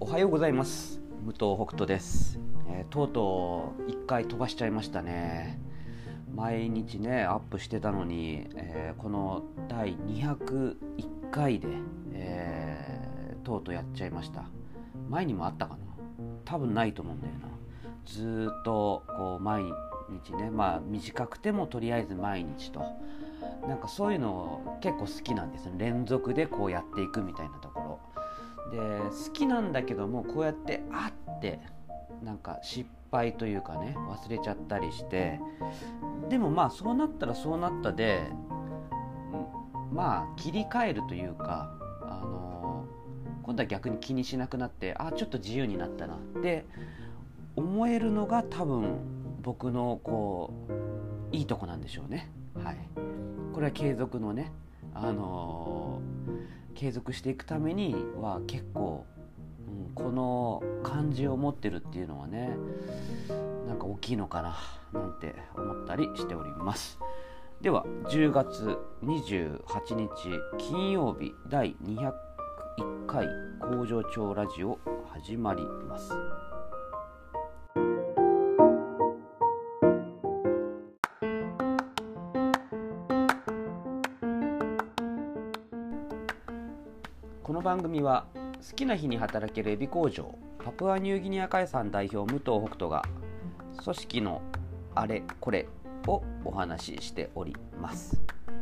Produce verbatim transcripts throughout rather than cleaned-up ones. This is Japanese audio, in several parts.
おはようございます。武藤北斗です、えー、とうとういっかい飛ばしちゃいましたね。毎日ねアップしてたのに、えー、このだいにひゃくいっかいで、えー、とうとうやっちゃいました。前にもあったかな、多分ないと思うんだよな。ずーっとこう毎日ね、まあ短くてもとりあえず毎日と、なんかそういうの結構好きなんですね。連続でこうやっていくみたいなところで好きなんだけども、こうやってあってなんか失敗というかね忘れちゃったりして、でもまあそうなったらそうなったで、まあ切り替えるというか、あのー、今度は逆に気にしなくなって、あちょっと自由になったなって思えるのが多分僕のこういいとこなんでしょうね。はい、これは継続のね、あのー、継続していくためには結構、うん、この感じを持ってるっていうのはね、なんか大きいのかななんて思ったりしております。ではじゅうがつにじゅうはちにち金曜日だいにひゃくいっかい工場長ラジオ始まります。この番組は好きな日に働けるエビ工場パプアニューギニア海産代表武藤北斗が組織のあれこれをお話ししております。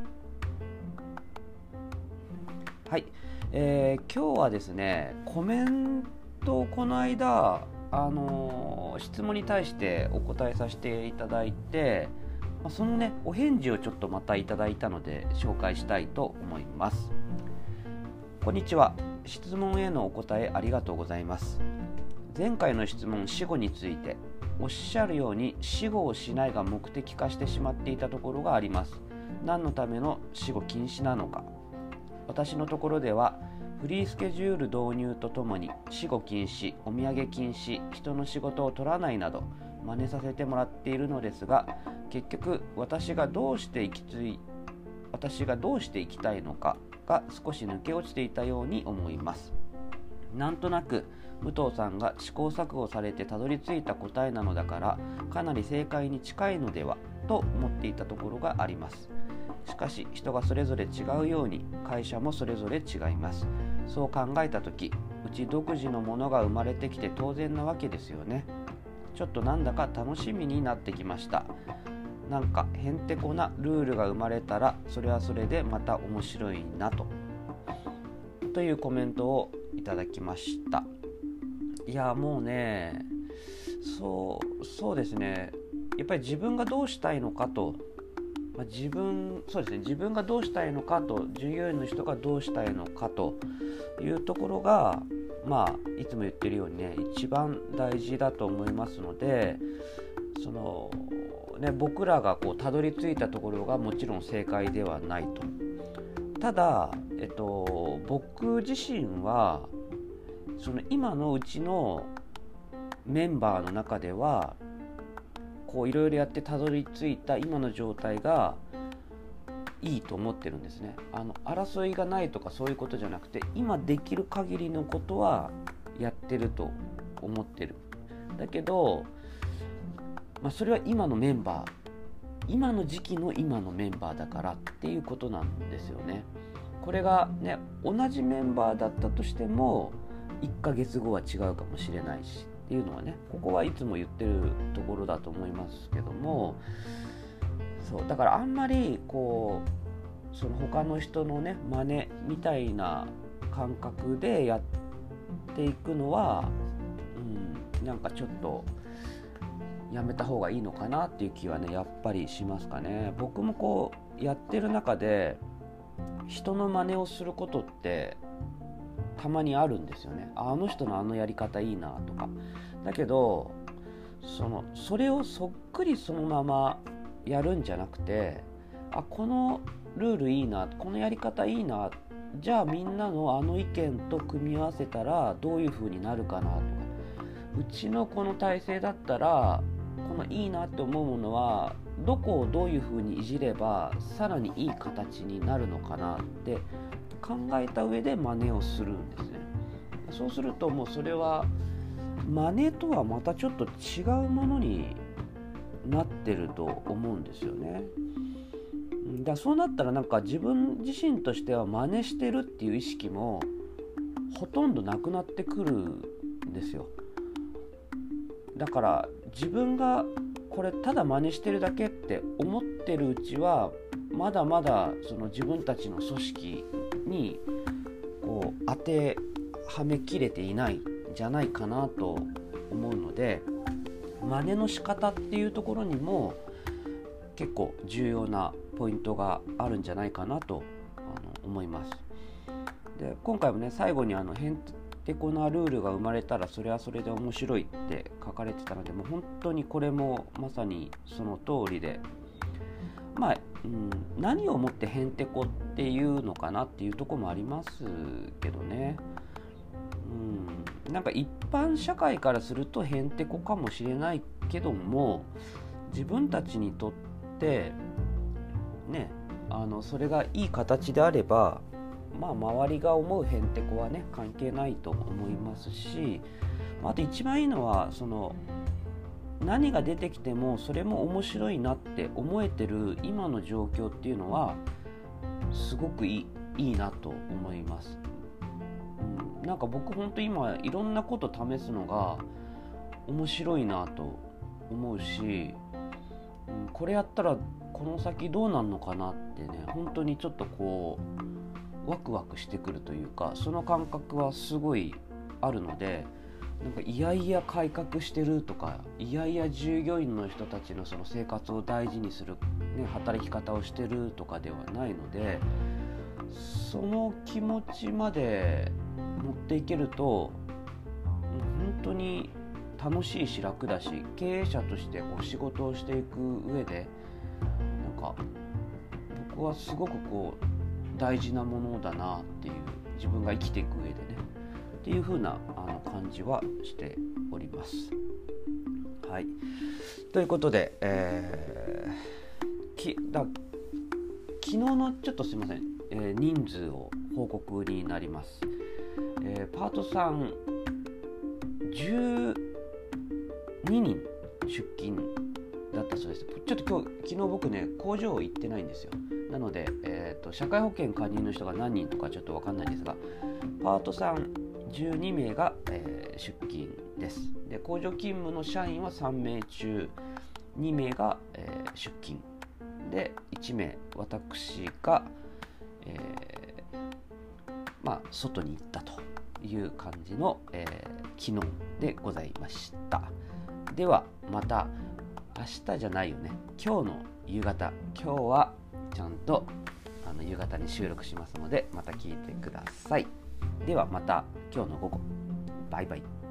はい、えー、今日はですねコメントをこの間、あのー、質問に対してお答えさせていただいて、そのねお返事をちょっとまたいただいたので紹介したいと思います。こんにちは。質問へのお答えありがとうございます。前回の質問死後について、おっしゃるように死後をしないが目的化してしまっていたところがあります。何のための死後禁止なのか。私のところではフリースケジュール導入とともに死後禁止、お土産禁止、人の仕事を取らないなど真似させてもらっているのですが、結局私がどうして生きつい私がどうして生きたいのかが少し抜け落ちていたように思います。なんとなく武藤さんが試行錯誤されてたどり着いた答えなのだからかなり正解に近いのではと思っていたところがあります。しかし人がそれぞれ違うように会社もそれぞれ違います。そう考えたとき、うち独自のものが生まれてきて当然なわけですよね。ちょっとなんだか楽しみになってきました。なんかへんてこなルールが生まれたらそれはそれでまた面白いなとというコメントをいただきました。いやもうねそうそうですね、やっぱり自分がどうしたいのかと、まあ、自分そうですね自分がどうしたいのかと、従業員の人がどうしたいのかというところが、まあいつも言ってるようにね一番大事だと思いますので、そのね、僕らがこうたどり着いたところがもちろん正解ではないと。ただ、えっと、僕自身はその今のうちのメンバーの中ではこういろいろやってたどり着いた今の状態がいいと思ってるんですね。あの争いがないとかそういうことじゃなくて、今できる限りのことはやってると思ってる。だけどまあ、それは今のメンバー、今の時期の今のメンバーだからっていうことなんですよね。これがね同じメンバーだったとしてもいっかげつごは違うかもしれないしっていうのはね、ここはいつも言ってるところだと思いますけども、そうだからあんまりこうその他の人のね真似みたいな感覚でやっていくのは、うん、なんかちょっとやめた方がいいのかなっていう気はねやっぱりしますかね。僕もこうやってる中で人の真似をすることってたまにあるんですよね。あの人のあのやり方いいなとか。だけどそのそれをそっくりそのままやるんじゃなくて、あこのルールいいな、このやり方いいな、じゃあみんなのあの意見と組み合わせたらどういう風になるかなとか、うちのこの体制だったらこのいいなって思うものはどこをどういう風にいじればさらにいい形になるのかなって考えた上で真似をするんですね。 そうするともうそれは真似とはまたちょっと違うものになってると思うんですよね。だからそうなったらなんか自分自身としては真似してるっていう意識もほとんどなくなってくるんですよ。だから自分がこれただ真似してるだけって思ってるうちはまだまだその自分たちの組織にこう当てはめきれていないんじゃないかなと思うので、真似の仕方っていうところにも結構重要なポイントがあるんじゃないかなとあの思います。で今回もね最後にあのへんてこなルールが生まれたらそれはそれで面白いって書かれてたので、もう本当にこれもまさにその通りで、まあ、うん、何をもってへんてこっていうのかなっていうところもありますけどね、うん、なんか一般社会からするとへんてこかもしれないけども、自分たちにとってね、あのそれがいい形であれば、まあ、周りが思うへんてこはね関係ないと思いますし、あと一番いいのはその何が出てきてもそれも面白いなって思えてる今の状況っていうのはすごくいい、いいなと思います、うん、なんか僕本当今いろんなこと試すのが面白いなと思うし、うん、これやったらこの先どうなんのかなってね、本当にちょっとこうワクワクしてくるというか、その感覚はすごいあるので、なんかいやいや改革してるとか、いやいや従業員の人たちのその生活を大事にする、ね、働き方をしてるとかではないので、その気持ちまで持っていけると本当に楽しいし楽だし、経営者としてこう仕事をしていく上でなんか僕はすごくこう大事なものだなっていう、自分が生きていく上でねっていう風なあの感じはしております。はい、ということで、えー、きだ昨日のちょっとすいません、えー、人数を報告になります。えー、パートさんじゅうににん出勤だったそうです。ちょっと今日昨日僕ね工場行ってないんですよ。なので、えーと、社会保険加入の人が何人とかちょっと分かんないですが、パートさんじゅうにめいが、えー、出勤です。で工場勤務の社員はさんめい中にめいが、えー、出勤でいちめい私が、えー、まあ外に行ったという感じの、えー、昨日でございました。ではまた明日じゃないよね、今日の夕方、今日はちゃんとあの夕方に収録しますので、また聞いてください。ではまた今日の午後、バイバイ。